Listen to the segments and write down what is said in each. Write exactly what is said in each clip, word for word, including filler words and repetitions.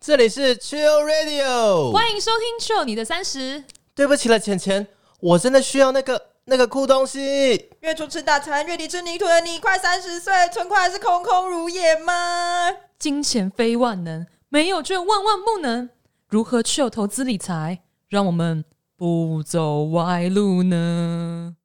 这里是 Chill Radio， 欢迎收听 Chill 你的三十。 对不起了，钱钱，我真的需要那个那个酷东西。 月初吃大餐，月底吃泥土的你，快三十岁，存款还是空空如也吗？ 金钱非万能，没有却万万不能。如何 Chill 投资理财，让我们不走歪路呢？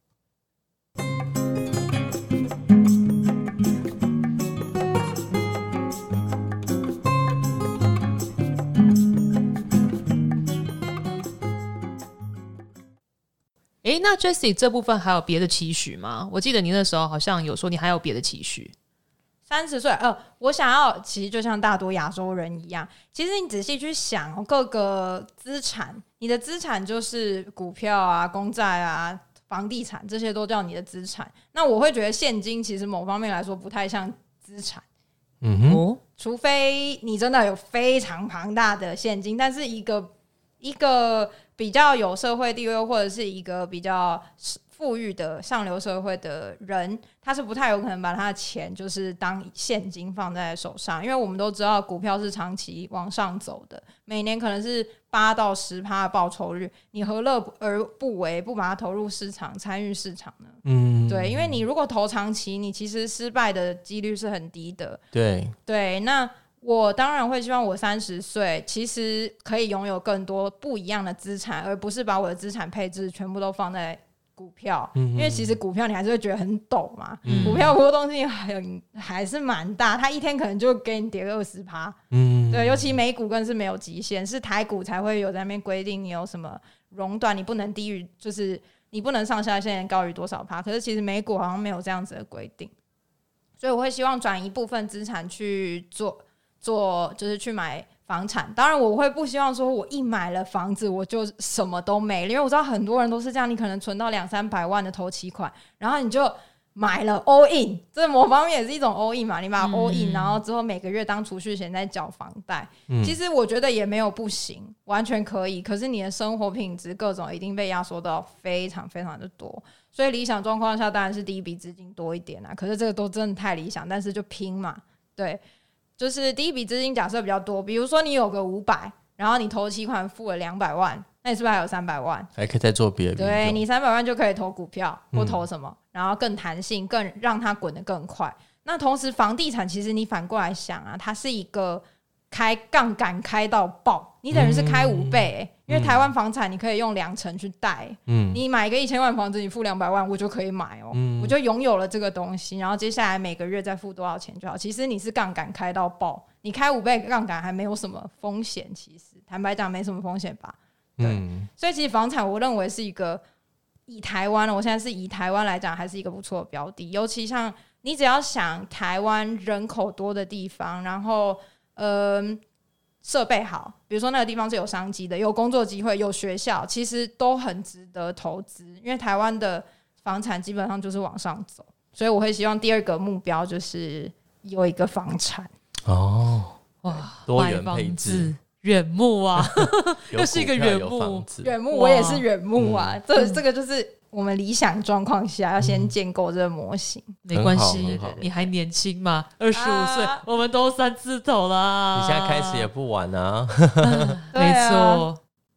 诶，那 Jessie 这部分还有别的期许吗？我记得你那时候好像有说你还有别的期许。 三十岁，呃，我想要，其实就像大多亚洲人一样，其实你仔细去想，各个资产，你的资产就是股票啊、公债啊、房地产，这些都叫你的资产。那我会觉得现金其实某方面来说不太像资产， 嗯哼， 哦， 除非你真的有非常庞大的现金，但是一个一个比较有社会地位或者是一个比较富裕的上流社会的人，他是不太有可能把他的钱就是当现金放在手上，因为我们都知道股票是长期往上走的，每年可能是八到十趴的报酬率，你何乐而不为，不把它投入市场，参与市场呢？嗯，对，因为你如果投长期，你其实失败的几率是很低的。 对对，那我当然会希望我三十岁其实可以拥有更多不一样的资产，而不是把我的资产配置全部都放在股票，嗯、因为其实股票你还是会觉得很陡嘛，嗯、股票波动性很还是蛮大，它一天可能就给你跌个二十趴，嗯，对，尤其美股更是没有极限，是台股才会有在那边规定你有什么熔断，你不能低于，就是你不能上下限高于多少趴，可是其实美股好像没有这样子的规定，所以我会希望转一部分资产去做做，就是去买房产。当然我会不希望说我一买了房子我就什么都没了，因为我知道很多人都是这样，你可能存到两三百万的头期款，然后你就买了 all in， 这某方面也是一种 all in 嘛，你把 all in、嗯、然后之后每个月当储蓄险在缴房贷、嗯、其实我觉得也没有不行，完全可以，可是你的生活品质各种一定被压缩到非常非常的多，所以理想状况下当然是第一笔资金多一点啊，可是这个都真的太理想，但是就拼嘛，对，就是第一笔资金假设比较多，比如说你有个五百，然后你头期款付了两百万，那你是不是还有三百万？ 还可以再做别的。 对，你三百万就可以投股票或投什么、嗯、然后更弹性，更让它滚得更快。那同时房地产其实你反过来想啊，它是一个开杠杆开到爆，你等于是开五倍、欸嗯、因为台湾房产你可以用两成去贷、嗯、你买一个一千万房子你付两百万我就可以买哦、嗯，我就拥有了这个东西，然后接下来每个月再付多少钱就好，其实你是杠杆开到爆，你开五倍杠杆还没有什么风险，其实坦白讲没什么风险吧，对、嗯，所以其实房产我认为是一个以台湾，我现在是以台湾来讲还是一个不错的标的，尤其像你只要想台湾人口多的地方，然后呃设备好，比如说那个地方是有商机的，有工作机会，有学校，其实都很值得投资，因为台湾的房产基本上就是往上走，所以我会希望第二个目标就是有一个房产。哦， 哇，多元配置， 远目啊，又是一个远目， 远目我也是远目啊，嗯、这这个就是我们理想状况下要先建构这个模型、嗯、 没关系，你还年轻嘛，二十五岁我们都三字头啦， 你现在开始也不晚啊没错。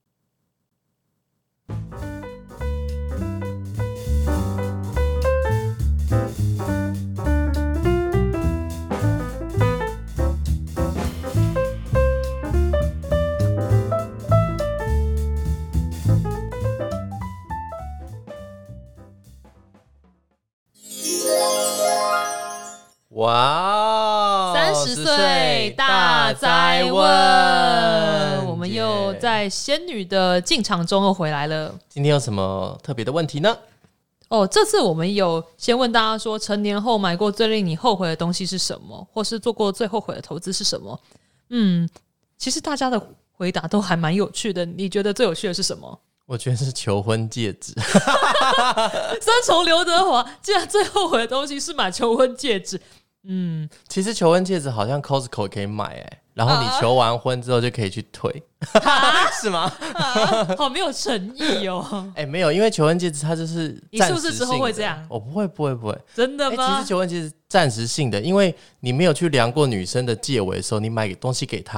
哇， 三十岁大哉问，我们又在仙女的进场中又回来了。 今天有什么特别的问题呢？ 哦，这次我们有先问大家说，成年后买过最令你后悔的东西是什么，或是做过最后悔的投资是什么？嗯，其实大家的回答都还蛮有趣的，你觉得最有趣的是什么？ 我觉得是求婚戒指三重刘德华竟然最后悔的东西是买求婚戒指。嗯， 其实求婚戒指好像 Costco 可以买欸，然后你求完婚之后就可以去退、啊、是吗、 啊、好没有诚意哦。 哎、欸，没有，因为求婚戒指它就是暂时性的。你是不是之后会这样？ 我不会不会不会。 真的吗、 欸、其实求婚戒指暂时性的，因为你没有去量过女生的戒围的时候，你买东西给她，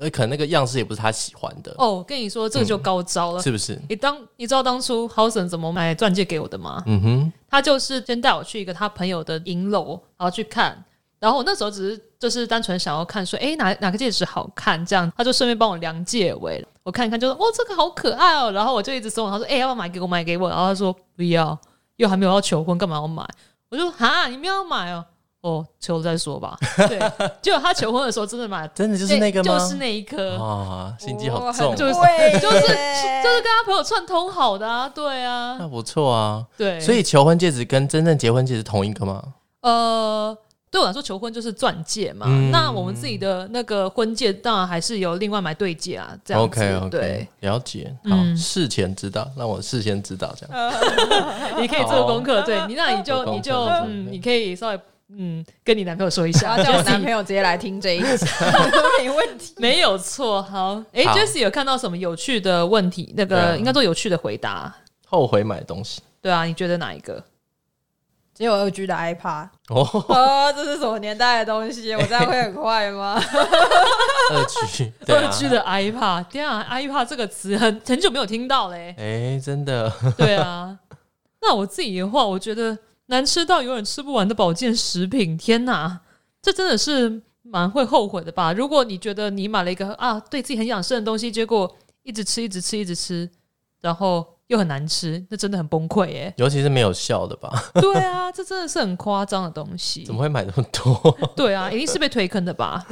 呃，可能那个样式也不是他喜欢的。 哦，我跟你说，这个就高招了， 嗯、是不是？ 你当你知道当初 Housen 怎么买钻戒给我的吗？ 嗯哼， 他就是先带我去一个他朋友的银楼，然后去看。然后我那时候只是就是单纯想要看说，哎，哪哪个戒指好看？这样他就顺便帮我量戒围，我看一看就说，哦，这个好可爱哦。然后我就一直怂恿他说，哎，要不要买给我？买给我。然后他说不要，又还没有要求婚，干嘛要买？我就说哈，你们要买哦。哦，求了再说吧。对，结果他求婚的时候真的买， 真的就是那个吗？ 就是那一颗。 哇，心机好重， 就是就是就是跟他朋友串通好的啊，对啊， 那不错啊。 对， 所以求婚戒指跟真正结婚戒指同一个吗？ 呃，对我来说，求婚就是钻戒嘛。嗯、那我们自己的那个婚戒，当然还是有另外买对戒啊，这样子。 OK OK， 对， 了解。好，嗯、事前知道，让我事先知道这样。 你可以做功课，对你，那你就你就嗯，你可以稍微。嗯，跟你男朋友说一下， 叫我男朋友直接来听这一集，没问题， 没有错。好，哎 ，Jessie 有看到什么有趣的问题？那个、啊、应该做有趣的回答。 后悔买东西？ 对啊，你觉得哪一个？ 只有二 G 的 iPad 哦， 哦，这是什么年代的东西？我这样会很坏吗？ 二 G， 二 G 的 iPad， 对啊 ，iPad 这个词很很久没有听到嘞。 哎，真的。 对啊，那我自己的话，我觉得。难吃到永远吃不完的保健食品，天哪，这真的是蛮会后悔的吧？如果你觉得你买了一个啊对自己很养生的东西，结果一直吃一直吃一直吃，然后又很难吃，那真的很崩溃耶。 尤其是没有效的吧？ 对啊，这真的是很夸张的东西。 怎么会买那么多？ 对啊，一定是被推坑的吧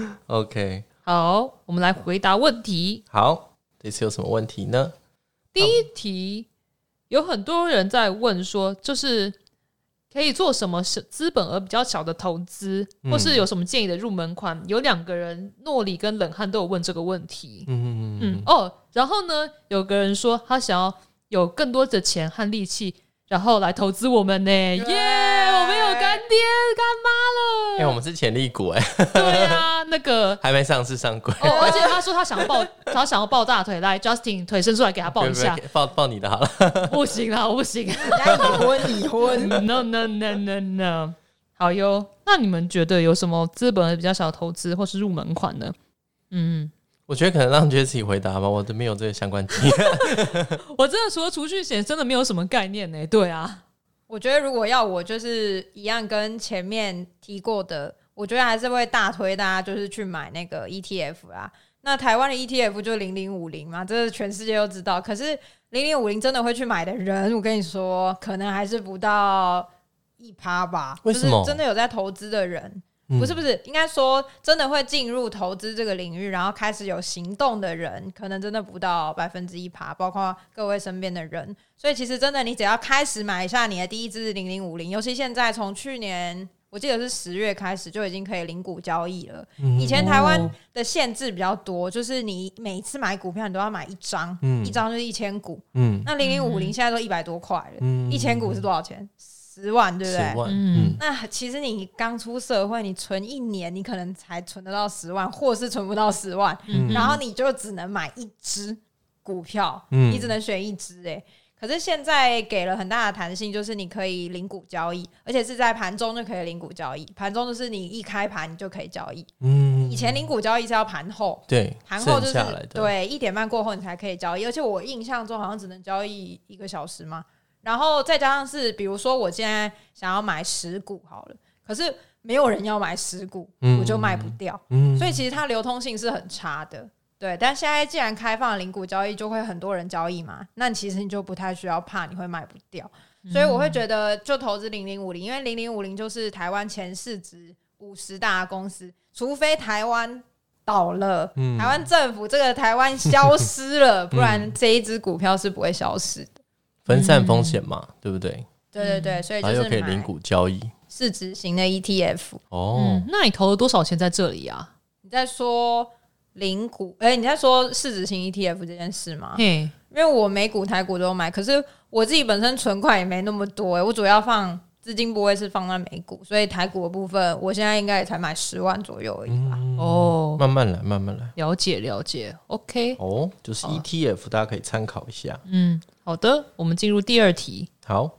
？OK， 好，我们来回答问题。 好，这次有什么问题呢？ 第一题，有很多人在问说，就是可以做什么资本额比较小的投资，或是有什么建议的入门款？嗯、有两个人，诺里跟冷汉都有问这个问题。嗯嗯嗯嗯哦，然后呢，有个人说他想要有更多的钱和力气，然后来投资我们呢。耶、yeah, 我们有干爹干妈了。 哎、欸，我们是潜力股哎、 欸。对啊，那个还没上市上柜。 哦，而且他说他想要抱，他想要抱大腿，来 Justin 腿伸出来给他抱一下。 抱抱你的好了。 不行啦，我不行。 已婚已婚。 No no no no no。好哟，那你们觉得有什么资本比较小的投资或是入门款呢？嗯， 我觉得可能让 Jessie 回答吧，我都没有这个相关经验。 我真的除了储蓄险，真的没有什么概念呢、欸。对啊。 我觉得如果要我就是一样跟前面提过的，我觉得还是会大推大家就是去买那个 E T F 啦。那台湾的 E T F 就零零五零嘛，这是全世界都知道。可是零零五零真的会去买的人，我跟你说，可能还是不到一趴吧。 为什么？ 就是真的有在投资的人。不是不是，应该说真的会进入投资这个领域，然后开始有行动的人，可能真的不到百分之一趴，包括各位身边的人。所以其实真的，你只要开始买一下你的第一支零零五零，尤其现在从去年我记得是十月开始就已经可以零股交易了。嗯、以前台湾的限制比较多，就是你每一次买股票你都要买一张，嗯、一张就是一千股。嗯、那零零五零现在都一百多块了，嗯、一千股是多少钱？十万对不对？ 十万，嗯， 那其实你刚出社会，你存一年，你可能才存得到十万，或是存不到十万，嗯、然后你就只能买一只股票，嗯、你只能选一只、欸。可是现在给了很大的弹性，就是你可以零股交易，而且是在盘中就可以零股交易。盘中就是你一开盘你就可以交易。嗯，以前零股交易是要盘后， 对， 盘后就是对一点半过后你才可以交易，而且我印象中好像只能交易一个小时嘛。然后再加上是，比如说我现在想要买十股好了，可是没有人要买十股，嗯、我就卖不掉，嗯、所以其实它流通性是很差的，对。但现在既然开放了零股交易，就会很多人交易嘛，那其实你就不太需要怕你会卖不掉，所以我会觉得就投资零零五零，因为零零五零就是台湾前市值五十大公司，除非台湾倒了，嗯、台湾政府这个台湾消失了，不然这一支股票是不会消失的。 分散风险嘛，嗯、对不对？ 对对对，所以就是又可以零股交易， 市值型的 E T F。 哦、 嗯，那你投了多少钱在这里啊？ 你在说零股？哎、欸，你在说市值型 E T F 这件事吗？ 嘿， 因为我美股、台股都有买，可是我自己本身存款也没那么多、欸，我主要放资金不会是放在美股，所以台股的部分，我现在应该也才买十万左右而已吧。 嗯、 哦， 慢慢来，慢慢来， 了解了解。OK， 哦，就是 E T F，、哦、大家可以参考一下。 嗯。好的，我们进入第二题。 好，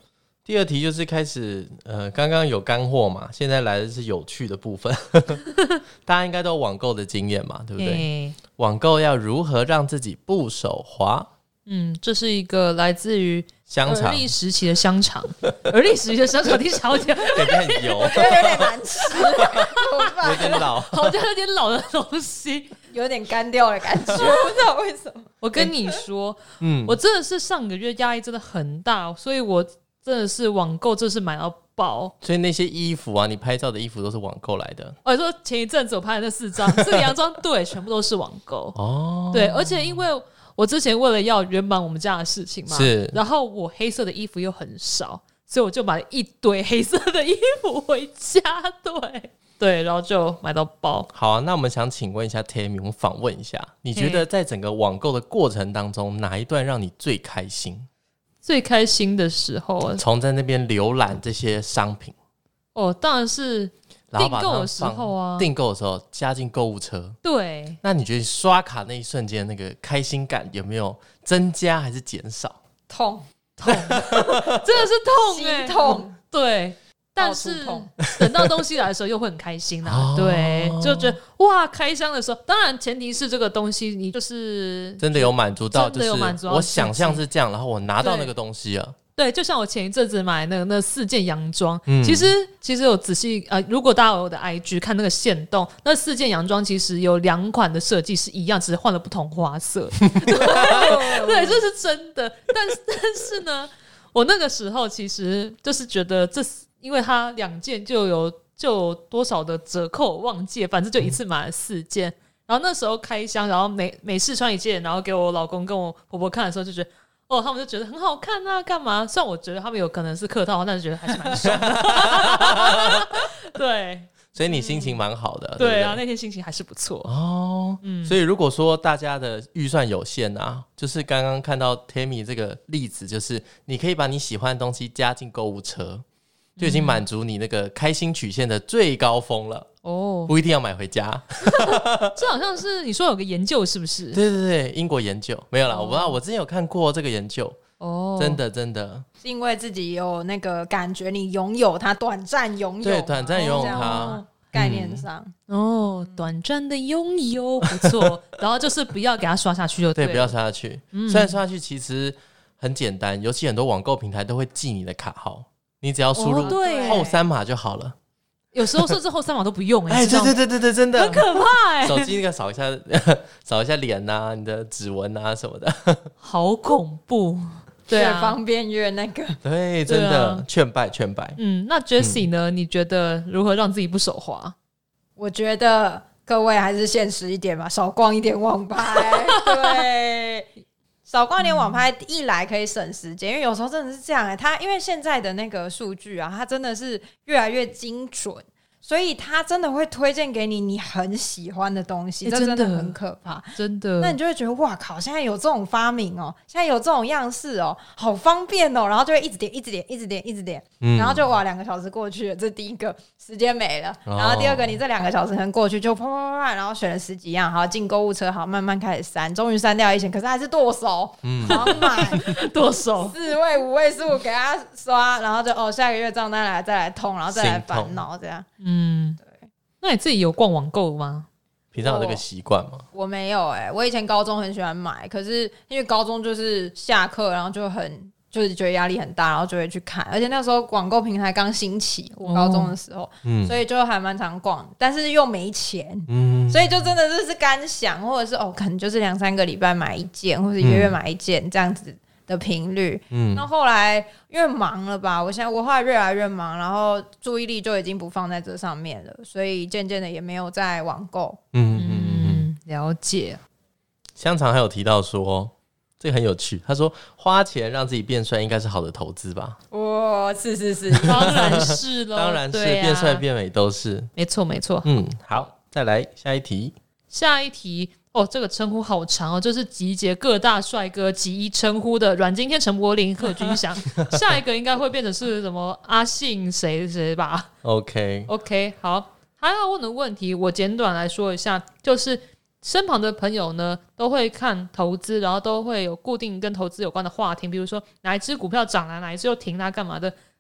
第二题就是开始，呃，刚刚有干货嘛，现在来的是有趣的部分。大家应该都有网购的经验嘛，对不对？欸、网购要如何让自己不手滑？ 嗯，这是一个来自于香肠， 而立时期的香肠，而立时期的香肠，听起来有点有点油， 有点难吃， 有点老， 好像有点老的东西， 有点干掉的感觉，不知道为什么。 我跟你说，嗯，我真的是上个月压力真的很大，所以我真的是网购，这是买到爆。 所以那些衣服啊，你拍照的衣服都是网购来的。 我说前一阵子我拍的那四张，这个洋装对，全部都是网购。哦，对，而且因为我之前为了要圆满我们家的事情嘛， 是， 然后我黑色的衣服又很少，所以我就买了一堆黑色的衣服回家，对对，然后就买到爆。 好啊，那我们想请问一下 Tammy， 我们访问一下，你觉得在整个网购的过程当中，哪一段让你最开心？ 最开心的时候， 从在那边浏览这些商品， 哦，当然是订购的时候啊， 订购的时候加进购物车。 对， 那你觉得刷卡那一瞬间那个开心感有没有增加还是减少？ 痛痛，真的是痛哎、欸， 痛， 对。但是等到东西来的时候又会很开心啦、啊，对，就觉得哇开箱的时候，当然前提是这个东西你就是真的有满足到， 真的有满足到， 我想象是这样，然后我拿到那个东西了。 对，就像我前一阵子买那个那四件洋装、嗯，其实其实有仔细呃，如果大家有我的 I G 看那个限动，那四件洋装其实有两款的设计是一样，只是换了不同花色。对, 对，这是真的。但是但是呢，我那个时候其实就是觉得这是。因为它两件就有就有多少的折扣，忘记了，反正就一次买了四件、嗯。然后那时候开箱，然后每每试穿一件，然后给我老公跟我婆婆看的时候，就觉得哦，他们就觉得很好看啊，干嘛？虽然我觉得他们有可能是客套，但是觉得还是蛮爽的。对， 所以你心情蛮好的、嗯。 对啊，那天心情还是不错哦。嗯，所以如果说大家的预算有限啊，就是刚刚看到 Tammy 这个例子，就是你可以把你喜欢的东西加进购物车。就已经满足你那个开心曲线的最高峰了哦，不一定要买回家。 这好像是你说有个研究是不是？ 对对对，英国研究没有啦、哦，我不知道，我之前有看过这个研究哦，真的真的是因为自己有那个感觉，你拥有它，短暂拥有， 对，短暂拥有它、 哦、概念上、 嗯、哦，短暂的拥有不错，然后就是不要给它刷下去就对了， 对，不要刷下去、嗯。虽然刷下去其实很简单，尤其很多网购平台都会记你的卡号。你只要输入后三码就好了、哦， 有时候甚至后三码都不用哎、 欸，哎，对对对对对，真的很可怕哎、欸！ 手机那个扫一下，扫一下脸呐、啊，你的指纹啊什么的， 好恐怖。对啊， 越方便越那个， 对，真的、啊、劝败劝败。 嗯，那 Jessie 呢、嗯？你觉得如何让自己不手滑？ 我觉得各位还是现实一点吧，少逛一点网拍。对。少逛点网拍，一来可以省时间、嗯，因为有时候真的是这样哎、欸，它因为现在的那个数据啊，它真的是越来越精准，所以它真的会推荐给你你很喜欢的东西，欸、这真的很可怕， 真的。 那你就会觉得哇靠，现在有这种发明哦，现在有这种样式哦，好方便哦，然后就会一直点，一直点，一直点，一直点，嗯、然后就哇，两个小时过去了，这第一个时间没了，哦、然后第二个你这两个小时可能过去就啪啪啪啪，然后选了十几样，好进购物车，好慢慢开始删，终于删掉一些，可是还是剁手，嗯，狂买剁手， 四位五位数给他刷，然后就哦下个月账单来再来痛，然后再来烦恼这样， 嗯，对。那你自己有逛网购吗？ 平常有这个习惯吗？ 我没有哎、欸，我以前高中很喜欢买，可是因为高中就是下课，然后就很就是觉得压力很大，然后就会去看，而且那时候网购平台刚兴起，我高中的时候，哦、所以就还蛮常逛，但是又没钱，嗯、所以就真的就是干想，或者是哦，可能就是两三个礼拜买一件，或者一个月买一件、嗯、这样子的频率。嗯，那后来因为忙了吧，我现在我后来越来越忙，然后注意力就已经不放在这上面了，所以渐渐的也没有在网购。 嗯嗯嗯，了解。 香肠还有提到说，这个很有趣，他说花钱让自己变帅应该是好的投资吧？ 哇，是是是， 当然是咯当然是、 啊、 变帅变美都是， 没错没错。 嗯，好，再来下一题。 下一题哦，这个称呼好长哦，就是集结各大帅哥集一称呼的阮经天、陈柏霖、贺军翔。下一个应该会变成是什么阿信谁谁吧 ？OK OK， 好，还要问的问题我简短来说一下，就是身旁的朋友呢都会看投资，然后都会有固定跟投资有关的话题，比如说哪一只股票涨了，哪一只又停啦，干嘛的。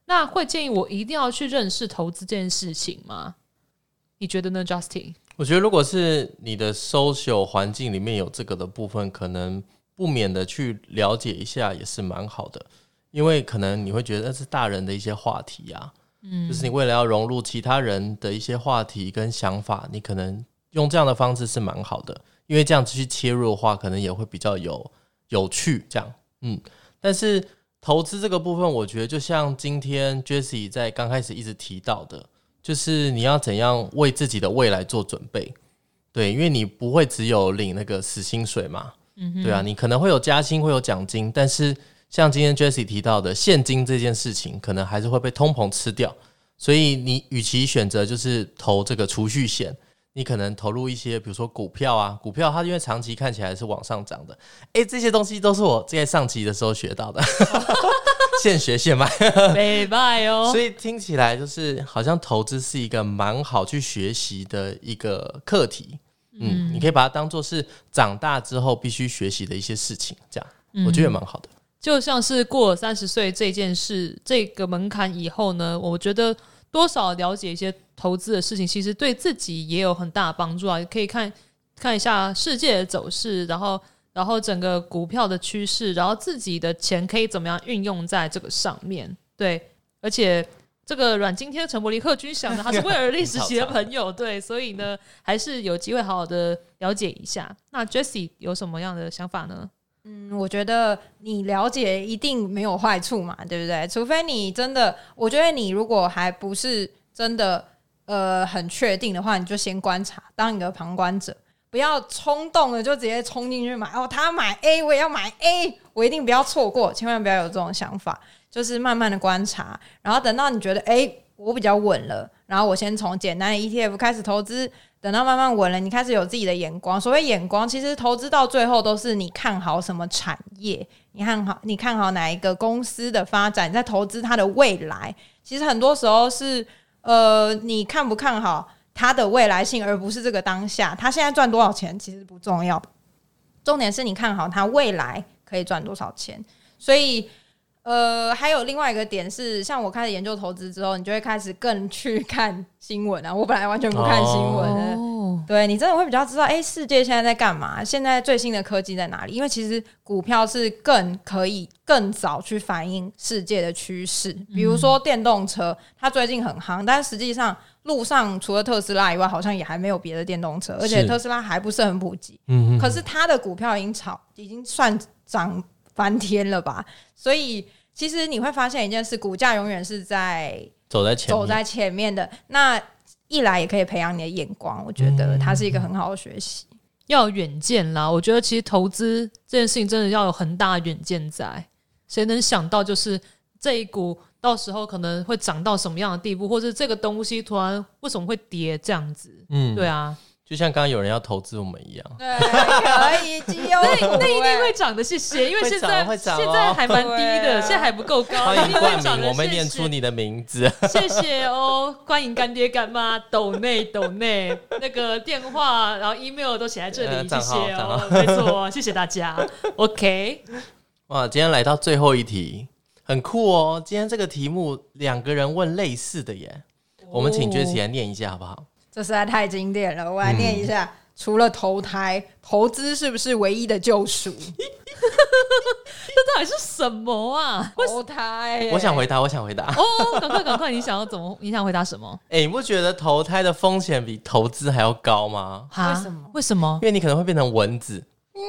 那会建议我一定要去认识投资这件事情吗？你觉得呢 Justin？ 我觉得如果是你的 social 环境里面有这个的部分，可能不免的去了解一下也是蛮好的，因为可能你会觉得那是大人的一些话题啊，嗯，就是你为了要融入其他人的一些话题跟想法，你可能用这样的方式是蛮好的，因为这样去切入的话，可能也会比较有有趣这样，嗯，但是投资这个部分，我觉得就像今天 Jessie 在刚开始一直提到的，就是你要怎样为自己的未来做准备，对，因为你不会只有领那个死薪水嘛，嗯，对啊，你可能会有加薪，会有奖金，但是像今天 Jessie 提到的现金这件事情，可能还是会被通膨吃掉，所以你与其选择就是投这个储蓄险，你可能投入一些比如说股票啊，股票它因为长期看起来是往上涨的，哎，这些东西都是我在上期的时候学到的现学现卖没卖哦， 所以听起来就是好像投资是一个蛮好去学习的一个课题，嗯，你可以把它当作是长大之后必须学习的一些事情，这样、嗯、我觉得也蛮好的。 就像是过了三十岁这件事这个门槛以后呢，我觉得多少了解一些投资的事情，其实对自己也有很大的帮助啊。可以看看一下世界的走势，然后然后整个股票的趋势，然后自己的钱可以怎么样运用在这个上面。对，而且这个阮经天陈柏霖贺军翔呢，他是威尔历史系的朋友，对，所以呢还是有机会好好的了解一下。那 Jessie 有什么样的想法呢？ 嗯，我觉得你了解一定没有坏处嘛，对不对？除非你真的，我觉得你如果还不是真的呃很确定的话，你就先观察，当一个旁观者，不要冲动的就直接冲进去买。哦，他买 A 我也要买 A， 我一定不要错过，千万不要有这种想法。就是慢慢的观察，然后等到你觉得哎我比较稳了，然后我先从简单的 E T F 开始投资，等到慢慢稳了，你开始有自己的眼光。所谓眼光，其实投资到最后都是你看好什么产业，你看好你看好哪一个公司的发展，你在投资它的未来。其实很多时候是呃你看不看好它的未来性，而不是这个当下它现在赚多少钱其实不重要，重点是你看好它未来可以赚多少钱。所以呃，还有另外一个点是，像我开始研究投资之后，你就会开始更去看新闻啊。我本来完全不看新闻的，哦、对你真的会比较知道，哎，世界现在在干嘛？现在最新的科技在哪里？因为其实股票是更可以更早去反映世界的趋势。比如说电动车，它最近很夯，但实际上路上除了特斯拉以外，好像也还没有别的电动车，而且特斯拉还不是很普及。嗯，可是它的股票已经炒，已经算涨翻天了吧？所以其实你会发现一件事，股价永远是在走在前面走在前面的。那一来也可以培养你的眼光，我觉得它是一个很好的学习。 嗯、要有远见啦，我觉得其实投资这件事情真的要有很大的远见在。谁能想到就是这一股到时候可能会涨到什么样的地步，或者这个东西突然为什么会跌这样子？嗯，对啊。 就像刚刚有人要投资我们一样， 对，可以绩优股， 那一定会涨的，谢谢。因为现在、哦、现在还蛮低的，现在还不够高， 欢迎冠名，我们念出你的名字， 谢谢哦。欢迎干爹干妈，抖内抖内，那个电话，然后 email 都写在这里，呃、谢谢哦，没错，谢谢大家。OK， 哇，今天来到最后一题，很酷哦。今天这个题目两个人问类似的耶，哦、我们请Jessie来念一下好不好？ 这实在太经典了，我来念一下。嗯、除了投胎，投资是不是唯一的救赎？ 这到底是什么啊？ 投胎、欸， 我想回答，我想回答。 哦，赶快赶快，你想要怎么？你想回答什么？ 哎、欸，你不觉得投胎的风险比投资还要高吗？ 为什么？ 为什么？ 因为你可能会变成蚊子，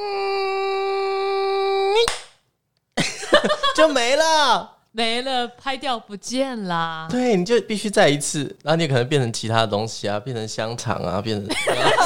嗯，就没了。 没了，拍掉不见啦。 对，你就必须再一次，然后你可能变成其他的东西啊，变成香肠啊，变成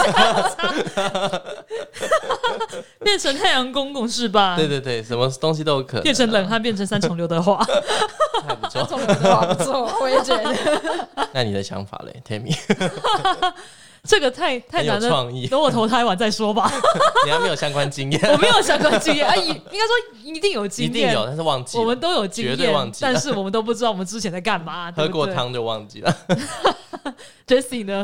变成太阳公公是吧？ 对对对，什么东西都有可能、啊。 变成冷汗，变成三重刘德华， 还不错， 三重刘德华不错，我也觉得。 那你的想法嘞 ，Tammy？ 这个太太难了， 创意。 等我投胎完再说吧。 你还没有相关经验， 我没有相关经验啊，应该说一定有经验， 一定有，但是忘记了。 我们都有经验， 绝对忘记了， 但是我们都不知道我们之前在干嘛。 喝过汤就忘记了。 Jessie 呢？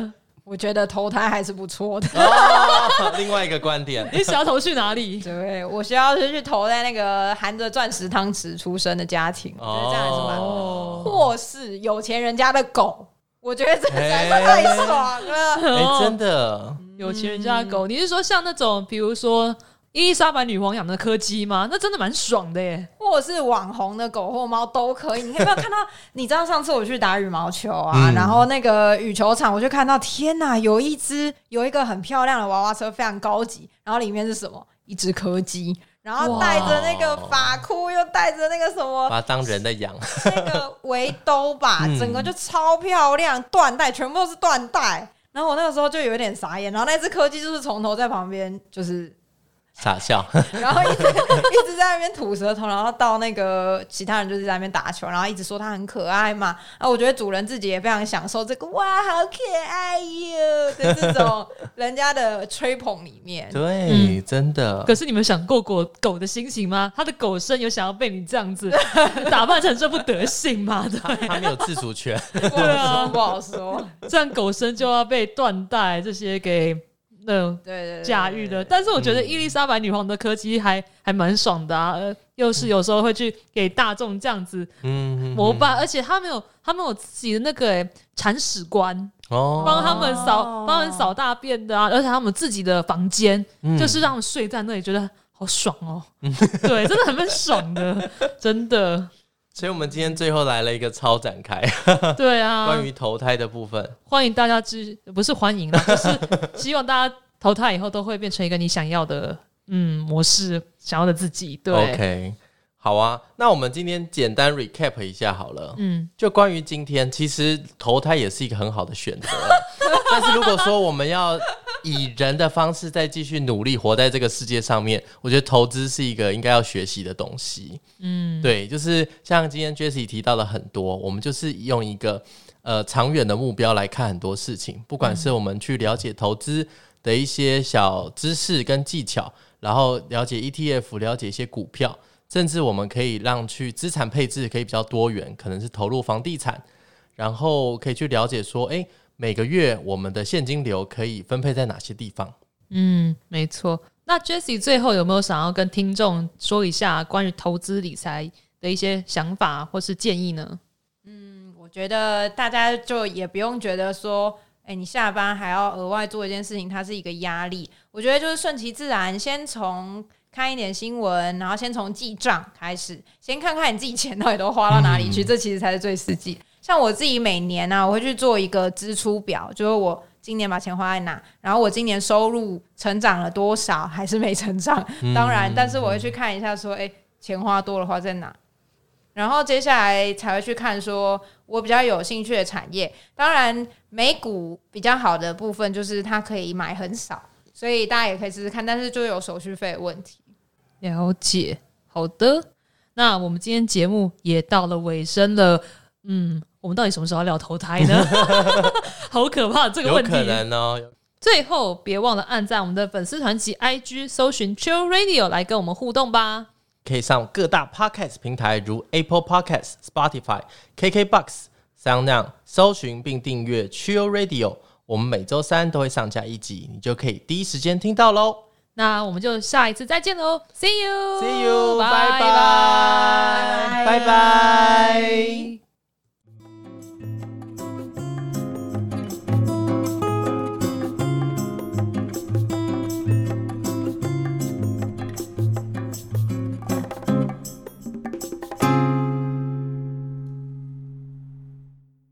我觉得投胎还是不错的。 哦，另外一个观点， 你想要投去哪里？ 对，我需要是去投在那个含着钻石汤匙出生的家庭，我觉得这样还是蛮好。 哦， 或是有钱人家的狗，我觉得这个才是太爽了。 哎、欸，真的， 有钱人家的狗，你是说像那种，比如说伊丽莎白女皇养的柯基吗？那真的蛮爽的耶。 或者是网红的狗或猫都可以。你有没有看到？你知道上次我去打羽毛球啊，嗯、然后那个羽球场，我就看到，天哪，有一只有一个很漂亮的娃娃车，非常高级，然后里面是什么？一只柯基。然后带着那个发箍，又带着那个什么， 把它当人的养， 那个围兜吧，嗯、整个就超漂亮，缎带全部都是缎带。然后我那个时候就有点傻眼，然后那只柯基就是从头在旁边就是傻笑， 然后一直一直在那边吐舌头，然后到那个其他人就是在那边打球，然后一直说它很可爱嘛。啊，我觉得主人自己也非常享受这个哇，好可爱哟的这种人家的吹捧里面。 对，嗯、真的。 可是你们想过狗狗的心情吗？它的狗生有想要被你这样子打扮成这副德性吗？对， 它没有自主权。 对啊，不好说。 这样狗生就要被缎带这些给。那对驾驭的，但是我觉得伊丽莎白女皇的柯基还还蛮爽的啊，呃，又是有时候会去给大众这样子膜拜，而且他们有他们有自己的那个铲屎官哦，帮他们扫帮他们扫大便的啊，而且他们自己的房间、嗯、就是让他们睡在那里，觉得好爽哦，对，真的很蛮爽的，真的。 所以我们今天最后来了一个超展开， 对啊， 关于投胎的部分， 欢迎大家支，不是欢迎啦，就是希望大家投胎以后都会变成一个你想要的嗯模式，想要的自己。对 ，OK， 好啊，那我们今天简单 recap 一下好了，嗯，就关于今天，其实投胎也是一个很好的选择，但是如果说我们要以人的方式再继续努力活在这个世界上面，我觉得投资是一个应该要学习的东西。嗯，对，就是像今天 Jessie 提到了很多，我们就是用一个呃长远的目标来看很多事情，不管是我们去了解投资的一些小知识跟技巧，然后了解 E T F， 了解一些股票，甚至我们可以让去资产配置可以比较多元，可能是投入房地产，然后可以去了解说，哎，每个月我们的现金流可以分配在哪些地方。 嗯，没错。那 Jessie 最后有没有想要跟听众说一下关于投资理财的一些想法或是建议呢？ 嗯，我觉得大家就也不用觉得说哎，你下班还要额外做一件事情，它是一个压力。我觉得就是顺其自然，先从看一点新闻，然后先从记账开始，先看看你自己钱到底都花到哪里去，嗯、这其实才是最实际。像我自己每年啊，我会去做一个支出表，就是我今年把钱花在哪，然后我今年收入成长了多少，还是没成长。当然，但是我会去看一下说，哎，钱花多了花在哪。然后接下来才会去看说我比较有兴趣的产业，当然美股比较好的部分就是它可以买很少，所以大家也可以试试看，但是就有手续费的问题。 了解，好的，那我们今天节目也到了尾声了，嗯，我们到底什么时候要聊投胎呢？好可怕这个问题， 有可能哦。 最后别忘了按赞我们的粉丝团及 I G 搜寻 Chill Radio 来跟我们互动吧。 可以上各大 Podcast 平台如 Apple Podcast、Spotify、K K Box、SoundOn 搜寻并订阅 Chill Radio， 我们每周三都会上架一集，你就可以第一时间听到咯。 那我们就下一次再见咯， See you See you， 拜拜拜拜。